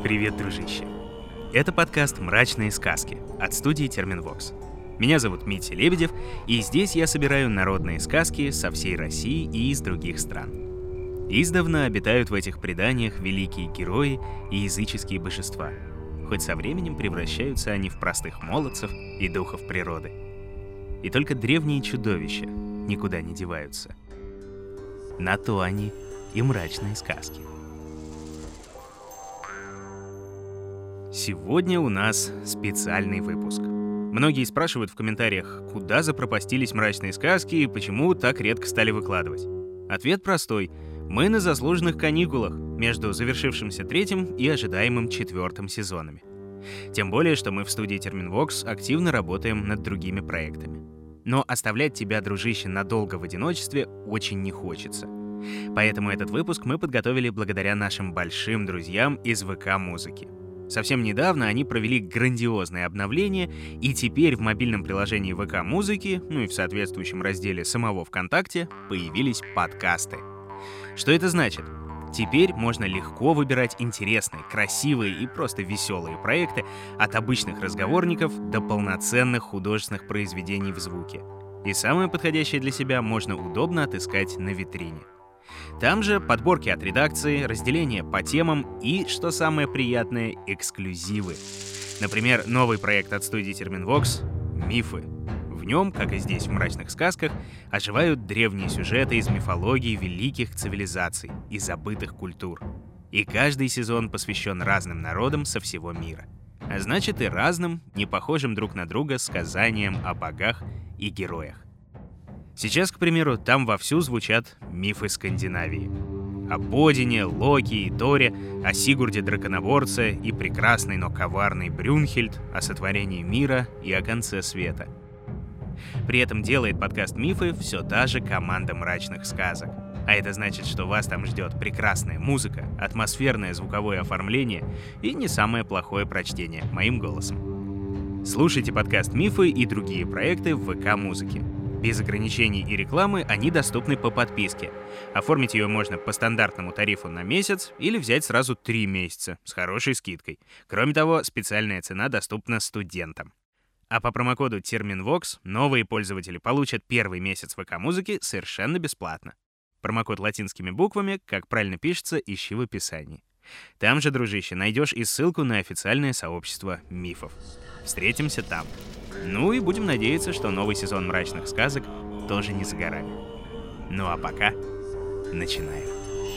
Привет, дружище! Это подкаст «Мрачные сказки» от студии Терминвокс. Меня зовут Митя Лебедев, и здесь я собираю народные сказки со всей России и из других стран. Издавна обитают в этих преданиях великие герои и языческие божества, хоть со временем превращаются они в простых молодцев и духов природы. И только древние чудовища никуда не деваются. На то они и мрачные сказки. Сегодня у нас специальный выпуск. Многие спрашивают в комментариях, куда запропастились мрачные сказки и почему так редко стали выкладывать. Ответ простой. Мы на заслуженных каникулах между завершившимся 3-м и ожидаемым 4-м сезонами. Тем более, что мы в студии Терминвокс активно работаем над другими проектами. Но оставлять тебя, дружище, надолго в одиночестве очень не хочется. Поэтому этот выпуск мы подготовили благодаря нашим большим друзьям из ВК-музыки. Совсем недавно они провели грандиозное обновление, и теперь в мобильном приложении ВК-музыки, и в соответствующем разделе самого ВКонтакте, появились подкасты. Что это значит? Теперь можно легко выбирать интересные, красивые и просто веселые проекты от обычных разговорников до полноценных художественных произведений в звуке. И самое подходящее для себя можно удобно отыскать на витрине. Там же подборки от редакции, разделение по темам и, что самое приятное, эксклюзивы. Например, новый проект от студии Терминвокс «Мифы». В нем, как и здесь в «Мрачных сказках», оживают древние сюжеты из мифологии великих цивилизаций и забытых культур. И каждый сезон посвящен разным народам со всего мира. А значит и разным, не похожим друг на друга сказаниям о богах и героях. Сейчас, к примеру, там вовсю звучат мифы Скандинавии. О Бодине, Локи и Торе, о Сигурде Драконоборце и прекрасной, но коварной Брюнхельд, о сотворении мира и о конце света. При этом делает подкаст «Мифы» все та же команда мрачных сказок. А это значит, что вас там ждет прекрасная музыка, атмосферное звуковое оформление и не самое плохое прочтение моим голосом. Слушайте подкаст «Мифы» и другие проекты в ВК-музыке. Без ограничений и рекламы они доступны по подписке. Оформить ее можно по стандартному тарифу на месяц или взять сразу 3 месяца с хорошей скидкой. Кроме того, специальная цена доступна студентам. А по промокоду Терминвокс новые пользователи получат первый месяц ВК-музыки совершенно бесплатно. Промокод латинскими буквами, как правильно пишется, ищи в описании. Там же, дружище, найдешь и ссылку на официальное сообщество мифов. Встретимся там. Ну и будем надеяться, что новый сезон «Мрачных сказок» тоже не за горами. Ну а пока начинаем.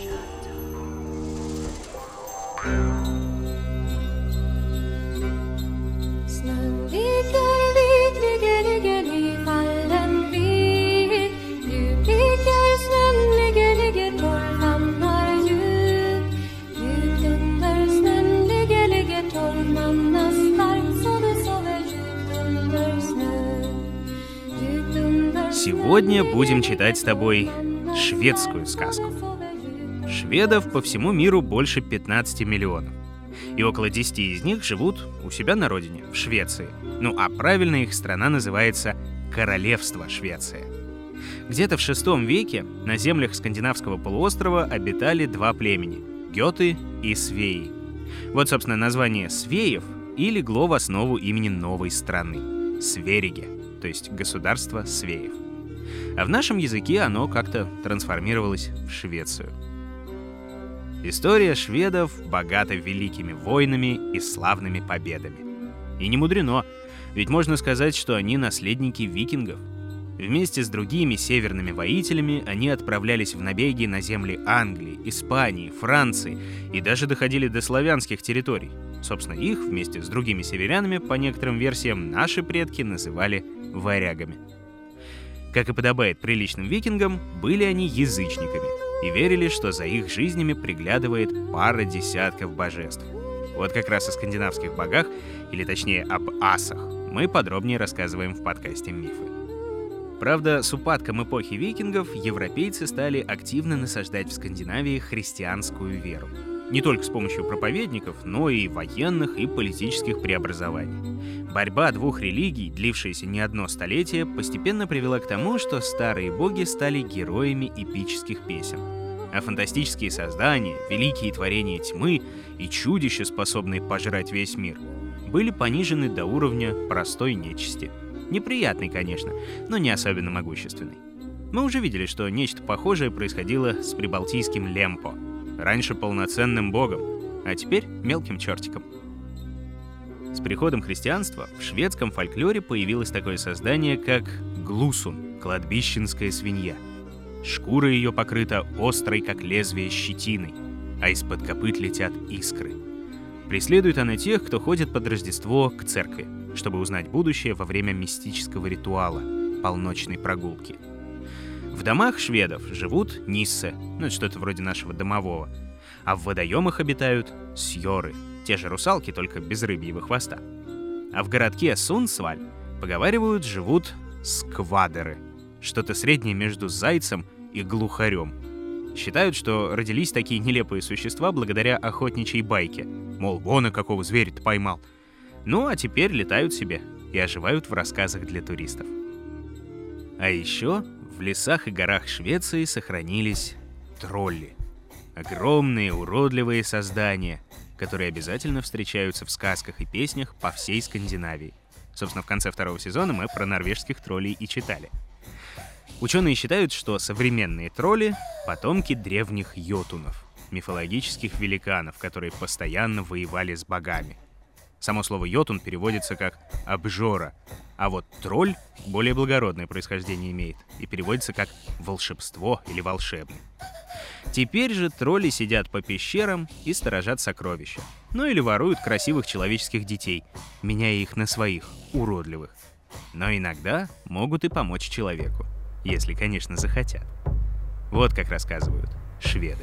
Сегодня будем читать с тобой шведскую сказку. Шведов по всему миру больше 15 миллионов. И около 10 из них живут у себя на родине, в Швеции. А правильно их страна называется Королевство Швеция. Где-то в VI веке на землях скандинавского полуострова обитали 2 племени — гёты и свеи. Вот, собственно, название свеев и легло в основу имени новой страны — Свериге, то есть государство свеев. А в нашем языке оно как-то трансформировалось в Швецию. История шведов богата великими войнами и славными победами. И не мудрено, ведь можно сказать, что они наследники викингов. Вместе с другими северными воителями они отправлялись в набеги на земли Англии, Испании, Франции и даже доходили до славянских территорий. Собственно, их вместе с другими северянами, по некоторым версиям, наши предки называли варягами. Как и подобает приличным викингам, были они язычниками и верили, что за их жизнями приглядывает пара десятков божеств. Вот как раз о скандинавских богах, или точнее об асах, мы подробнее рассказываем в подкасте «Мифы». Правда, с упадком эпохи викингов европейцы стали активно насаждать в Скандинавии христианскую веру. Не только с помощью проповедников, но и военных и политических преобразований. Борьба 2 религий, длившаяся не одно столетие, постепенно привела к тому, что старые боги стали героями эпических песен. А фантастические создания, великие творения тьмы и чудища, способные пожрать весь мир, были понижены до уровня простой нечисти. Неприятный, конечно, но не особенно могущественный. Мы уже видели, что нечто похожее происходило с прибалтийским Лемпо, раньше полноценным богом, а теперь мелким чертиком. С приходом христианства в шведском фольклоре появилось такое создание, как глусун, кладбищенская свинья. Шкура ее покрыта острой, как лезвие, щетиной, а из-под копыт летят искры. Преследует она тех, кто ходит под Рождество к церкви, чтобы узнать будущее во время мистического ритуала — полночной прогулки. В домах шведов живут ниссе, это что-то вроде нашего домового, а в водоемах обитают сьоры, те же русалки, только без рыбьего хвоста. А в городке Сунсваль, поговаривают, живут сквадеры, что-то среднее между зайцем и глухарем. Считают, что родились такие нелепые существа благодаря охотничьей байке, мол, вон и какого зверя-то поймал. Ну, а теперь летают себе и оживают в рассказах для туристов. А еще в лесах и горах Швеции сохранились тролли. Огромные, уродливые создания, которые обязательно встречаются в сказках и песнях по всей Скандинавии. Собственно, в конце 2-го сезона мы про норвежских троллей и читали. Ученые считают, что современные тролли — потомки древних йотунов, мифологических великанов, которые постоянно воевали с богами. Само слово «йотун» переводится как «обжора», а вот «тролль» более благородное происхождение имеет и переводится как «волшебство» или «волшебный». Теперь же тролли сидят по пещерам и сторожат сокровища. Ну или воруют красивых человеческих детей, меняя их на своих, уродливых. Но иногда могут и помочь человеку, если, конечно, захотят. Вот как рассказывают шведы.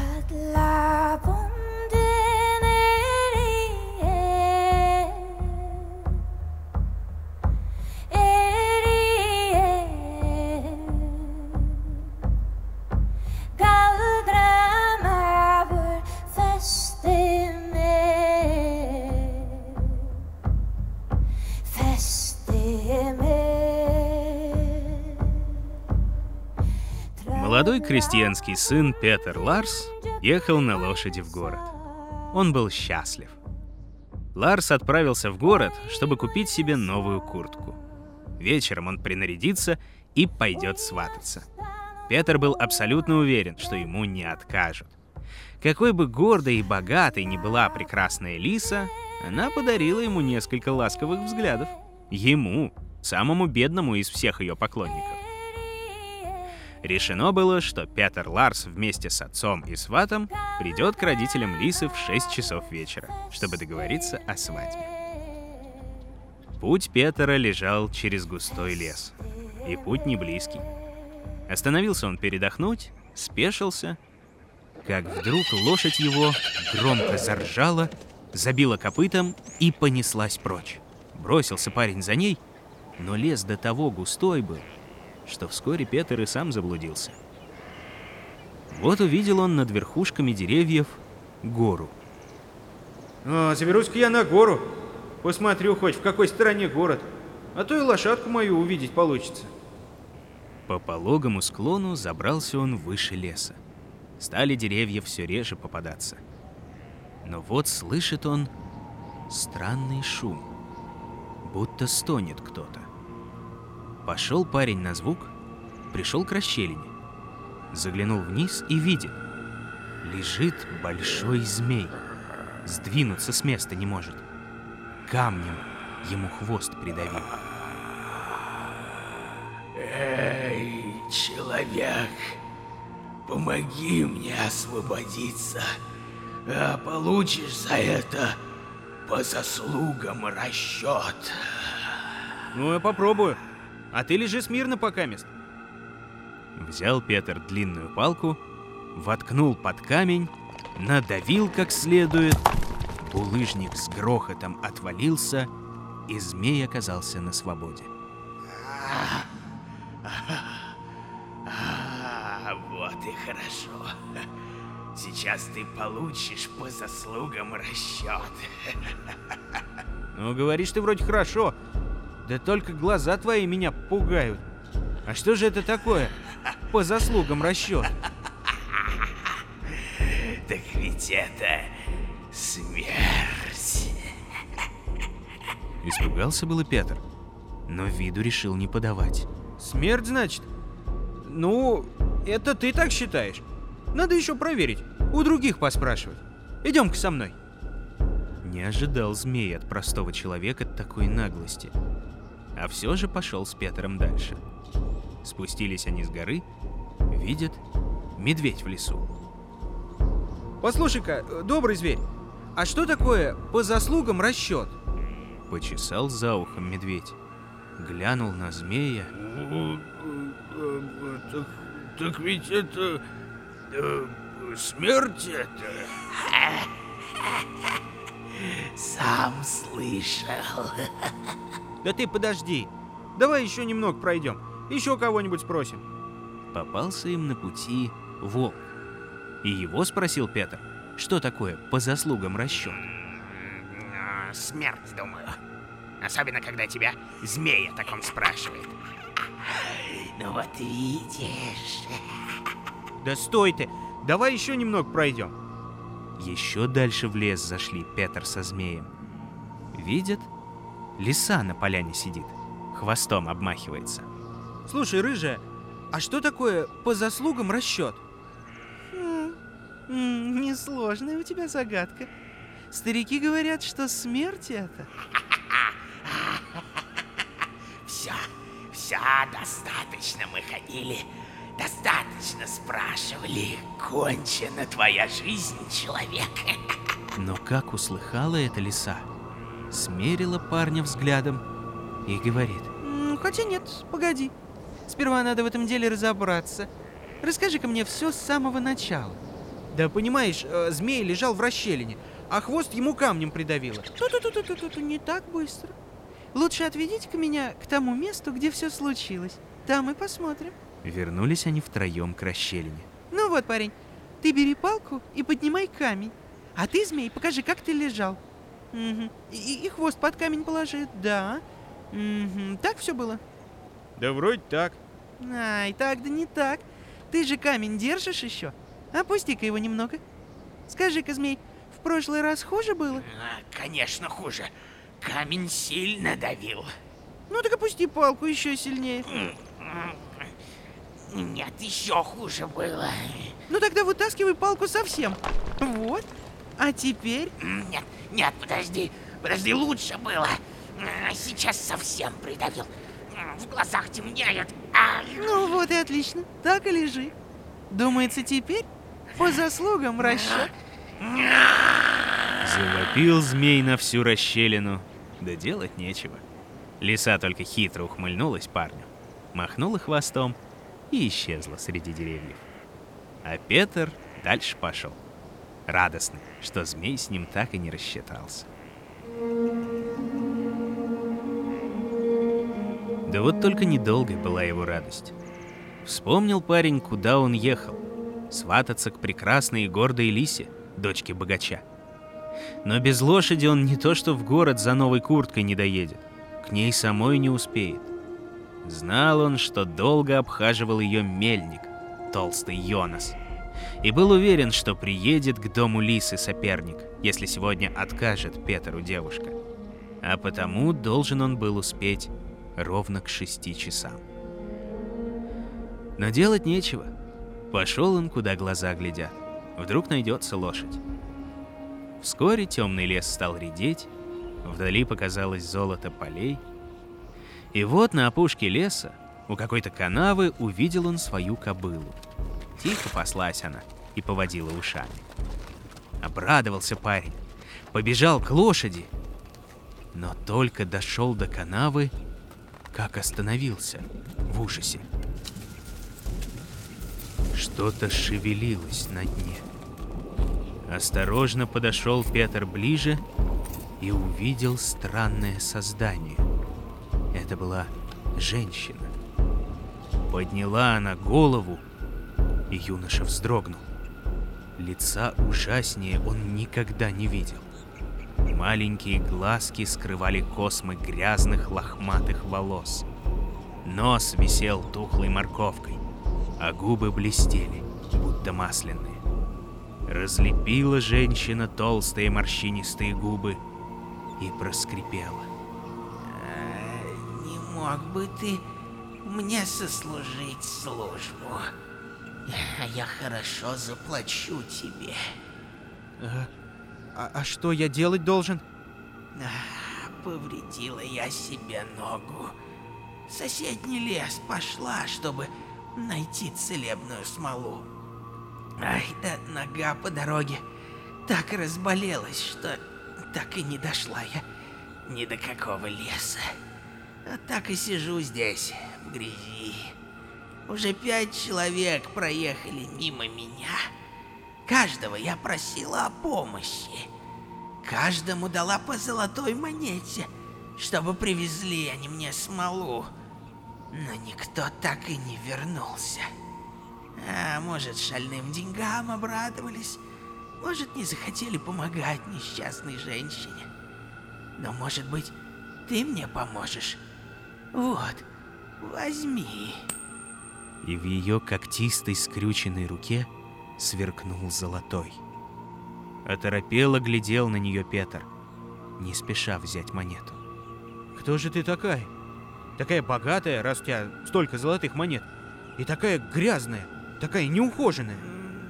Молодой крестьянский сын Петер Ларс ехал на лошади в город. Он был счастлив. Ларс отправился в город, чтобы купить себе новую куртку. Вечером он принарядится и пойдет свататься. Петер был абсолютно уверен, что ему не откажут. Какой бы гордой и богатой ни была прекрасная Лиса, она подарила ему несколько ласковых взглядов. Ему, самому бедному из всех ее поклонников. Решено было, что Петер Ларс вместе с отцом и сватом придет к родителям Лисы в 6 часов вечера, чтобы договориться о свадьбе. Путь Петера лежал через густой лес, и путь не близкий. Остановился он передохнуть, спешился, как вдруг лошадь его громко заржала, забила копытом и понеслась прочь. Бросился парень за ней, но лес до того густой был, что вскоре Петер и сам заблудился. Вот увидел он над верхушками деревьев гору. Заберусь-ка я на гору. Посмотрю хоть, в какой стороне город. А то и лошадку мою увидеть получится. По пологому склону забрался он выше леса. Стали деревья все реже попадаться. Но вот слышит он странный шум, будто стонет кто-то. Пошел парень на звук, пришел к расщелине. Заглянул вниз и видит. Лежит большой змей. Сдвинуться с места не может. Камнем ему хвост придавил. Эй, человек, помоги мне освободиться, а получишь за это по заслугам расчет. Ну, я попробую. А ты лежи смирно покамест. Взял Петер длинную палку, воткнул под камень, надавил как следует, булыжник с грохотом отвалился, и змей оказался на свободе. Вот и хорошо. Сейчас ты получишь по заслугам расчет. Ну, говоришь ты вроде хорошо. Да только глаза твои меня пугают. А что же это такое? По заслугам расчет. Так ведь это смерть. Испугался было Петр, но виду решил не подавать. Смерть, значит? Ну, это ты так считаешь. Надо еще проверить, у других поспрашивать. Идем-ка со мной. Не ожидал змей от простого человека такой наглости. А все же пошел с Петром дальше. Спустились они с горы, видят медведь в лесу. Послушай-ка, добрый зверь, а что такое по заслугам расчет? Почесал за ухом медведь, глянул на змея. Так ведь это... смерть это... Сам слышал. Да ты подожди, давай еще немного пройдем, еще кого-нибудь спросим. Попался им на пути волк. И его спросил Петр, что такое по заслугам расчет. Смерть, думаю. Особенно, когда тебя змея о таком спрашивает. Ну вот видишь. Да стой ты, давай еще немного пройдем. Еще дальше в лес зашли Петр со змеем. Видят, лиса на поляне сидит, хвостом обмахивается. Слушай, рыжая, а что такое по заслугам расчет? Несложная у тебя загадка. Старики говорят, что смерть это. Все, достаточно мы ходили, достаточно спрашивали. Кончена твоя жизнь, человек. Но как услыхала эта лиса, смерила парня взглядом и говорит: Хотя нет, погоди. Сперва надо в этом деле разобраться. Расскажи-ка мне все с самого начала. Да понимаешь, змей лежал в расщелине, а хвост ему камнем придавило. Ту-ту-ту-ту-ту, не так быстро. Лучше отведите-ка меня к тому месту, где все случилось. Там и посмотрим. Вернулись они втроем к расщелине. Ну вот, парень, ты бери палку и поднимай камень. А ты, змей, покажи, как ты лежал. Угу. И хвост под камень положи, да. Угу. Так все было? Да вроде так. Ай, так да не так. Ты же камень держишь еще. Опусти-ка его немного. Скажи-ка, змей, в прошлый раз хуже было? Конечно, хуже. Камень сильно давил. Ну так опусти палку еще сильнее. Нет, еще хуже было. Ну тогда вытаскивай палку совсем. Вот. А теперь? Нет, подожди, лучше было. Сейчас совсем придавил. В глазах темнеет. Ну вот и отлично. Так и лежи. Думается, теперь по заслугам расчет. Завопил змей на всю расщелину. Да делать нечего. Лиса только хитро ухмыльнулась парню, махнула хвостом и исчезла среди деревьев. А Петр дальше пошел, радостный, что змей с ним так и не рассчитался. Да вот только недолгой была его радость. Вспомнил парень, куда он ехал. Свататься к прекрасной и гордой лисе, дочке богача. Но без лошади он не то что в город за новой курткой не доедет, к ней самой не успеет. Знал он, что долго обхаживал ее мельник, толстый Йонас, и был уверен, что приедет к дому лисы соперник, если сегодня откажет Петру девушка. А потому должен он был успеть ровно к 6 часам. Но делать нечего. Пошел он, куда глаза глядят. Вдруг найдется лошадь. Вскоре темный лес стал редеть, вдали показалось золото полей. И вот на опушке леса, у какой-то канавы, увидел он свою кобылу. Тихо паслась она и поводила ушами. Обрадовался парень, побежал к лошади, но только дошел до канавы, как остановился в ужасе. Что-то шевелилось на дне. Осторожно подошел Петр ближе и увидел странное создание. Это была женщина. Подняла она голову, и юноша вздрогнул. Лица ужаснее он никогда не видел. Маленькие глазки скрывали космы грязных лохматых волос. Нос висел тухлой морковкой, а губы блестели, будто масляные. Разлепила женщина толстые морщинистые губы и проскрипела. Не мог бы ты мне сослужить службу? Я хорошо заплачу тебе. А что я делать должен? Повредила я себе ногу. В соседний лес пошла, чтобы найти целебную смолу. Нога по дороге так разболелась, что так и не дошла я ни до какого леса. Так и сижу здесь, в грязи. Уже 5 человек проехали мимо меня. Каждого я просила о помощи. Каждому дала по золотой монете, чтобы привезли они мне смолу. Но никто так и не вернулся. Может, шальным деньгам обрадовались, может, не захотели помогать несчастной женщине. Но, может быть, ты мне поможешь? Вот, возьми. И в ее когтистой скрюченной руке сверкнул золотой. Оторопело глядел на нее Петр, не спеша взять монету. Кто же ты такая? Такая богатая, раз у тебя столько золотых монет. И такая грязная, такая неухоженная.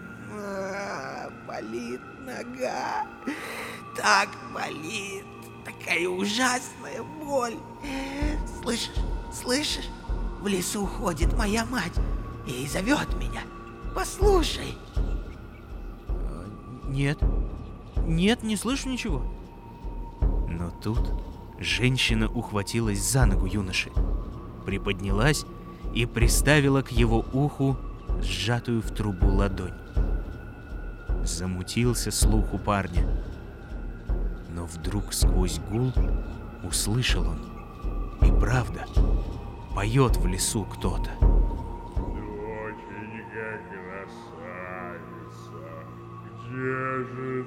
Болит нога. Так болит. Такая ужасная боль. Слышишь? В лесу ходит моя мать и зовет меня. Послушай. Нет, не слышу ничего. Но тут женщина ухватилась за ногу юноши, приподнялась и приставила к его уху сжатую в трубу ладонь. Замутился слух у парня, но вдруг сквозь гул услышал он, и правда, поет в лесу кто-то. Доченька красавица, где же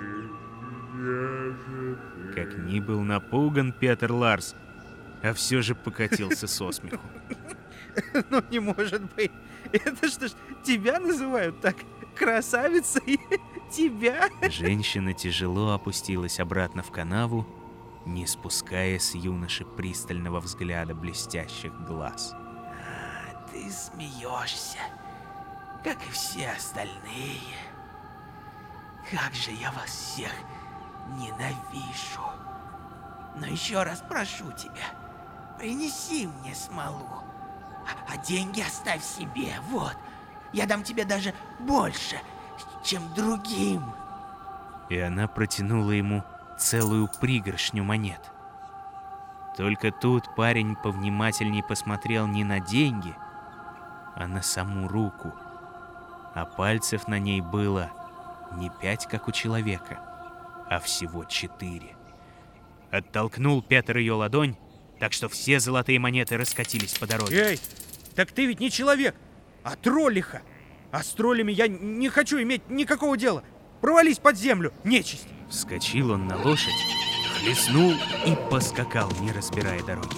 ты? Как ни был напуган Петр Ларс, а все же покатился со смеху. Ну не может быть. Это что ж, тебя называют так? Красавицей? Тебя? Женщина тяжело опустилась обратно в канаву, не спуская с юноши пристального взгляда блестящих глаз. Ты смеешься, как и все остальные. Как же я вас всех ненавижу. Но еще раз прошу тебя, принеси мне смолу, а деньги оставь себе, вот. Я дам тебе даже больше, чем другим. И она протянула ему целую пригоршню монет. Только тут парень повнимательней посмотрел не на деньги, а на саму руку. А пальцев на ней было не 5, как у человека, а всего 4. Оттолкнул Петр ее ладонь, так что все золотые монеты раскатились по дороге. Эй, так ты ведь не человек, а троллиха. А с троллями я не хочу иметь никакого дела. Провались под землю, нечисть. Вскочил он на лошадь, хлестнул и поскакал, не разбирая дороги.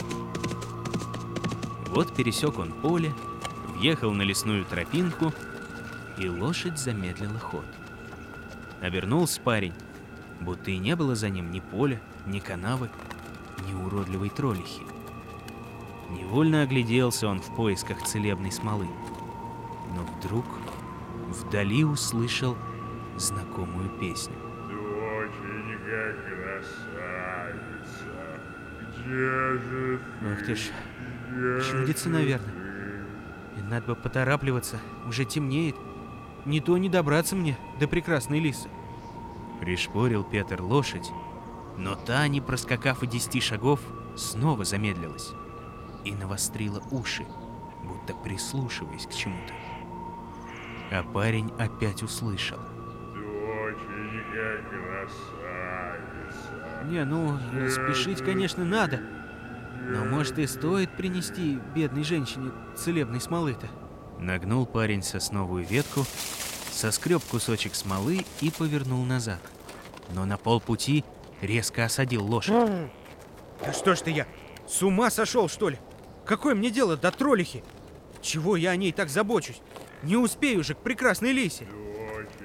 Вот пересек он поле, въехал на лесную тропинку, и лошадь замедлила ход. Обернулся парень, будто и не было за ним ни поля, ни канавы, ни уродливой троллихи. Невольно огляделся он в поисках целебной смолы, но вдруг вдали услышал знакомую песню. Доченька красавица, где же ты? Ах ты ж, чудится, наверное. И надо бы поторапливаться, уже темнеет. Не то не добраться мне до прекрасной лисы. Пришпорил Петр лошадь, но та, не проскакав и 10 шагов, снова замедлилась и навострила уши, будто прислушиваясь к чему-то. А парень опять услышал. Доченька красавица. Не, ну, спешить, конечно, надо. Но, может, и стоит принести бедной женщине целебной смолы-то. Нагнул парень сосновую ветку, соскреб кусочек смолы и повернул назад. Но на полпути резко осадил лошадь. Да что ж ты я, с ума сошел, что ли? Какое мне дело до троллихи? Чего я о ней так забочусь? Не успею же к прекрасной лисе. Доченька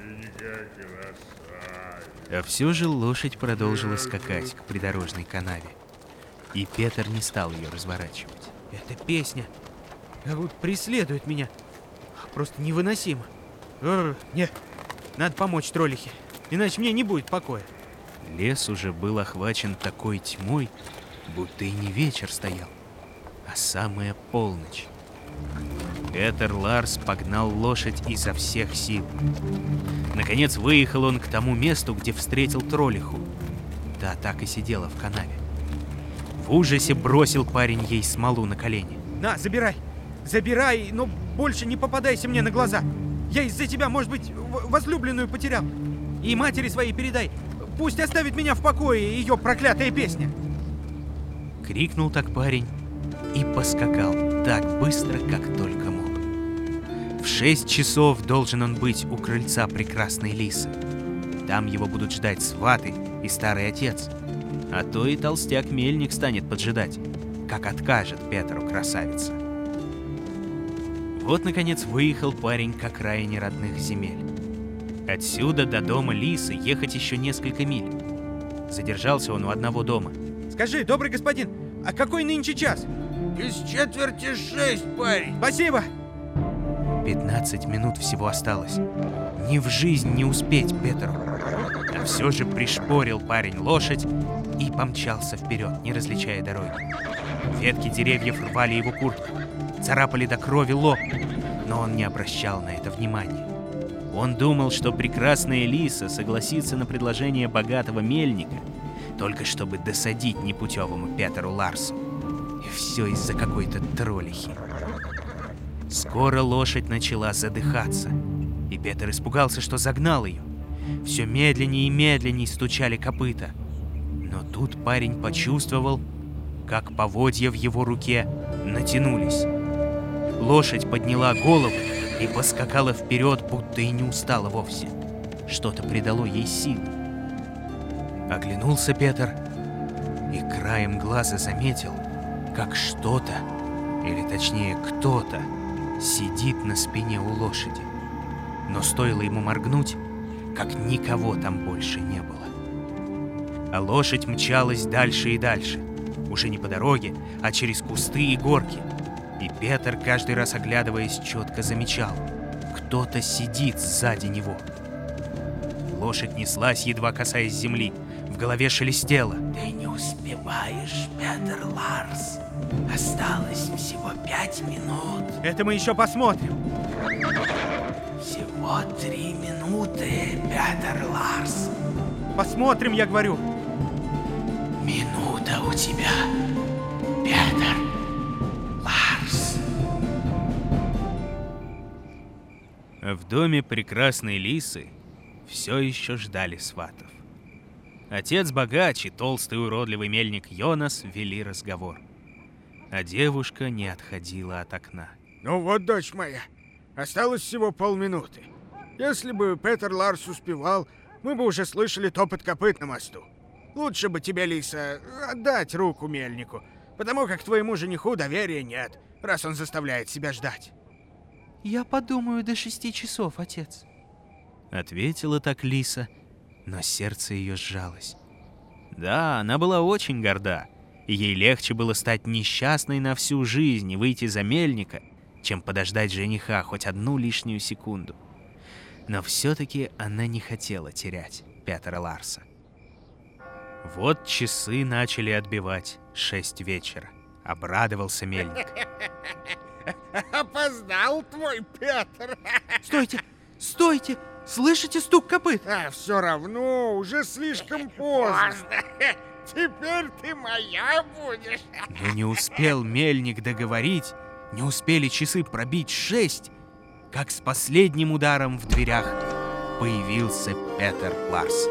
А все же лошадь продолжила скакать к придорожной канаве. И Петр не стал ее разворачивать. Эта песня вот преследует меня. Просто невыносимо. Нет, надо помочь троллихе, иначе мне не будет покоя. Лес уже был охвачен такой тьмой, будто и не вечер стоял, а самая полночь. Петер Ларс погнал лошадь изо всех сил. Наконец выехал он к тому месту, где встретил троллиху. Та так и сидела в канаве. В ужасе бросил парень ей смолу на колени. На, забирай! Забирай, но больше не попадайся мне на глаза. Я из-за тебя, может быть, возлюбленную потерял. И матери своей передай, пусть оставит меня в покое ее проклятая песня. Крикнул так парень и поскакал так быстро, как только мог. В 6 часов должен он быть у крыльца прекрасной лисы. Там его будут ждать сваты и старый отец. А то и толстяк-мельник станет поджидать, как откажет Петру красавица. Вот, наконец, выехал парень к окраине родных земель. Отсюда до дома лисы ехать еще несколько миль. Задержался он у одного дома. Скажи, добрый господин, а какой нынче час? Без 5:45, парень. Спасибо. 15 минут всего осталось. Ни в жизнь не успеть Петру. А все же пришпорил парень лошадь и помчался вперед, не различая дороги. Ветки деревьев рвали его куртку, царапали до крови лоб, но он не обращал на это внимания. Он думал, что прекрасная лиса согласится на предложение богатого мельника, только чтобы досадить непутевому Петеру Ларсу. И все из-за какой-то троллихи. Скоро лошадь начала задыхаться, и Петр испугался, что загнал ее. Все медленнее и медленнее стучали копыта. Но тут парень почувствовал, как поводья в его руке натянулись. Лошадь подняла голову и поскакала вперед, будто и не устала вовсе. Что-то придало ей силы. Оглянулся Петр и краем глаза заметил, как что-то, или точнее кто-то, сидит на спине у лошади. Но стоило ему моргнуть, как никого там больше не было. А лошадь мчалась дальше и дальше, уже не по дороге, а через кусты и горки. И Петр, каждый раз оглядываясь, четко замечал: кто-то сидит сзади него. Лошадь неслась, едва касаясь земли, в голове шелестело. Ты не успеваешь, Петер Ларс. Осталось всего 5 минут. Это мы еще посмотрим. Всего 3 минуты, Петер Ларс. Посмотрим, я говорю. Минута у тебя, Петер Ларс. В доме прекрасной лисы все еще ждали сватов. Отец-богач и толстый уродливый мельник Йонас вели разговор. А девушка не отходила от окна. Ну вот, дочь моя, осталось всего полминуты. Если бы Петер Ларс успевал, мы бы уже слышали топот копыт на мосту. Лучше бы тебе, лиса, отдать руку мельнику, потому как твоему жениху доверия нет, раз он заставляет себя ждать. Я подумаю до 6 часов, отец. Ответила так лиса, но сердце ее сжалось. Да, она была очень горда, и ей легче было стать несчастной на всю жизнь и выйти за мельника, чем подождать жениха хоть одну лишнюю секунду. Но все-таки она не хотела терять Петера Ларса. Вот часы начали отбивать 6 вечера. Обрадовался мельник. Опоздал твой Петр. Стойте! Стойте! Слышите стук копыт? А все равно, уже слишком поздно. Теперь ты моя будешь. Но не успел мельник договорить, не успели часы пробить 6, как с последним ударом в дверях появился Петер Ларс.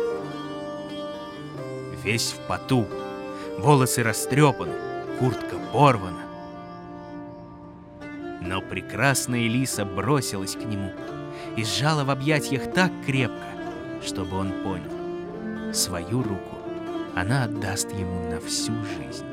Весь в поту, волосы растрепаны, куртка порвана. Но прекрасная лиса бросилась к нему и сжала в объятиях так крепко, чтобы он понял: свою руку она отдаст ему на всю жизнь.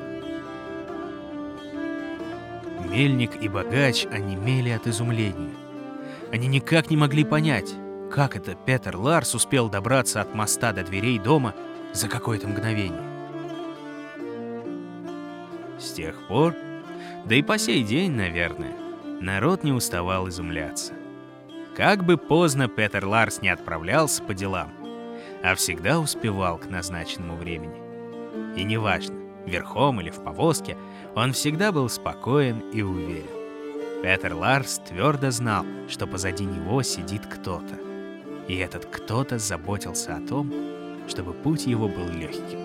Мельник и богач онемели от изумления. Они никак не могли понять, как это Петер Ларс успел добраться от моста до дверей дома за какое-то мгновение. С тех пор, да и по сей день, наверное, народ не уставал изумляться. Как бы поздно Петер Ларс не отправлялся по делам, а всегда успевал к назначенному времени. И неважно, верхом или в повозке, он всегда был спокоен и уверен. Петер Ларс твердо знал, что позади него сидит кто-то. И этот кто-то заботился о том, чтобы путь его был легким.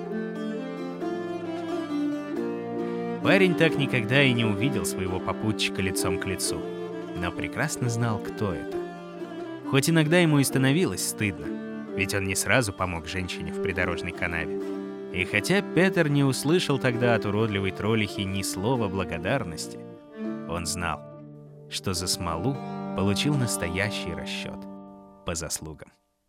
Парень так никогда и не увидел своего попутчика лицом к лицу, но прекрасно знал, кто это. Хоть иногда ему и становилось стыдно, ведь он не сразу помог женщине в придорожной канаве. И хотя Петер не услышал тогда от уродливой троллихи ни слова благодарности, он знал, что за смолу получил настоящий расчет по заслугам.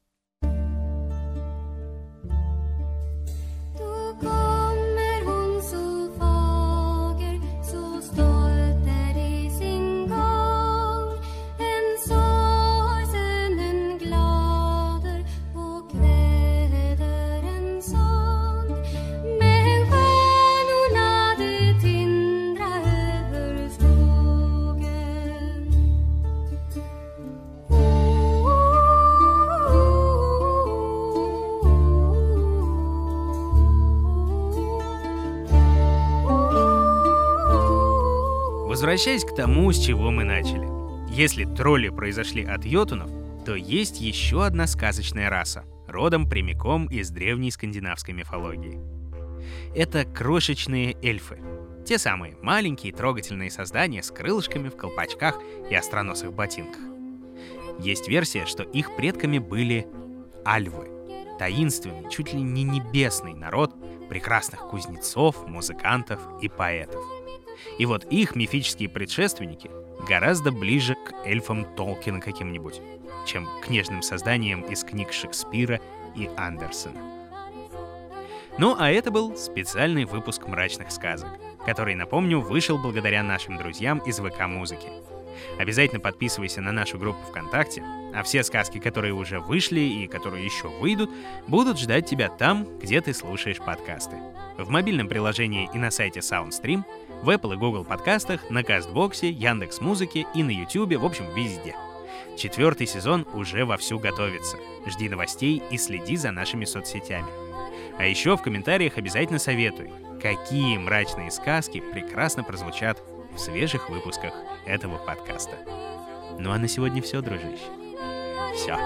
Возвращаясь к тому, с чего мы начали. Если тролли произошли от йотунов, то есть еще одна сказочная раса, родом прямиком из древней скандинавской мифологии. Это крошечные эльфы. Те самые маленькие трогательные создания с крылышками в колпачках и остроносых ботинках. Есть версия, что их предками были альвы, таинственный, чуть ли не небесный народ прекрасных кузнецов, музыкантов и поэтов. И вот их мифические предшественники гораздо ближе к эльфам Толкина каким-нибудь, чем к нежным созданиям из книг Шекспира и Андерсена. Ну, а это был специальный выпуск «Мрачных сказок», который, напомню, вышел благодаря нашим друзьям из ВК-музыки. Обязательно подписывайся на нашу группу ВКонтакте, а все сказки, которые уже вышли и которые еще выйдут, будут ждать тебя там, где ты слушаешь подкасты. В мобильном приложении и на сайте SoundStream, в Apple и Google подкастах, на Кастбоксе, Яндекс.Музыке и на YouTube, в общем, везде. 4-й сезон уже вовсю готовится. Жди новостей и следи за нашими соцсетями. А еще в комментариях обязательно советуй, какие мрачные сказки прекрасно прозвучат в свежих выпусках этого подкаста. Ну а на сегодня все, дружище. Все.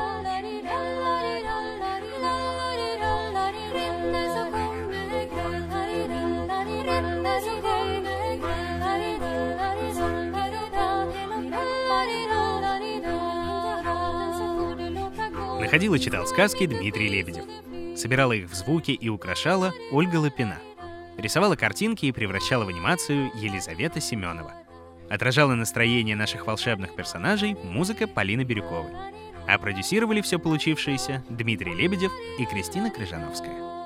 Находил и читал сказки Дмитрий Лебедев. Собирала их в звуки и украшала Ольга Лапина. Рисовала картинки и превращала в анимацию Елизавета Семенова. Отражала настроение наших волшебных персонажей музыка Полины Бирюковой. А продюсировали все получившееся Дмитрий Лебедев и Кристина Крыжановская.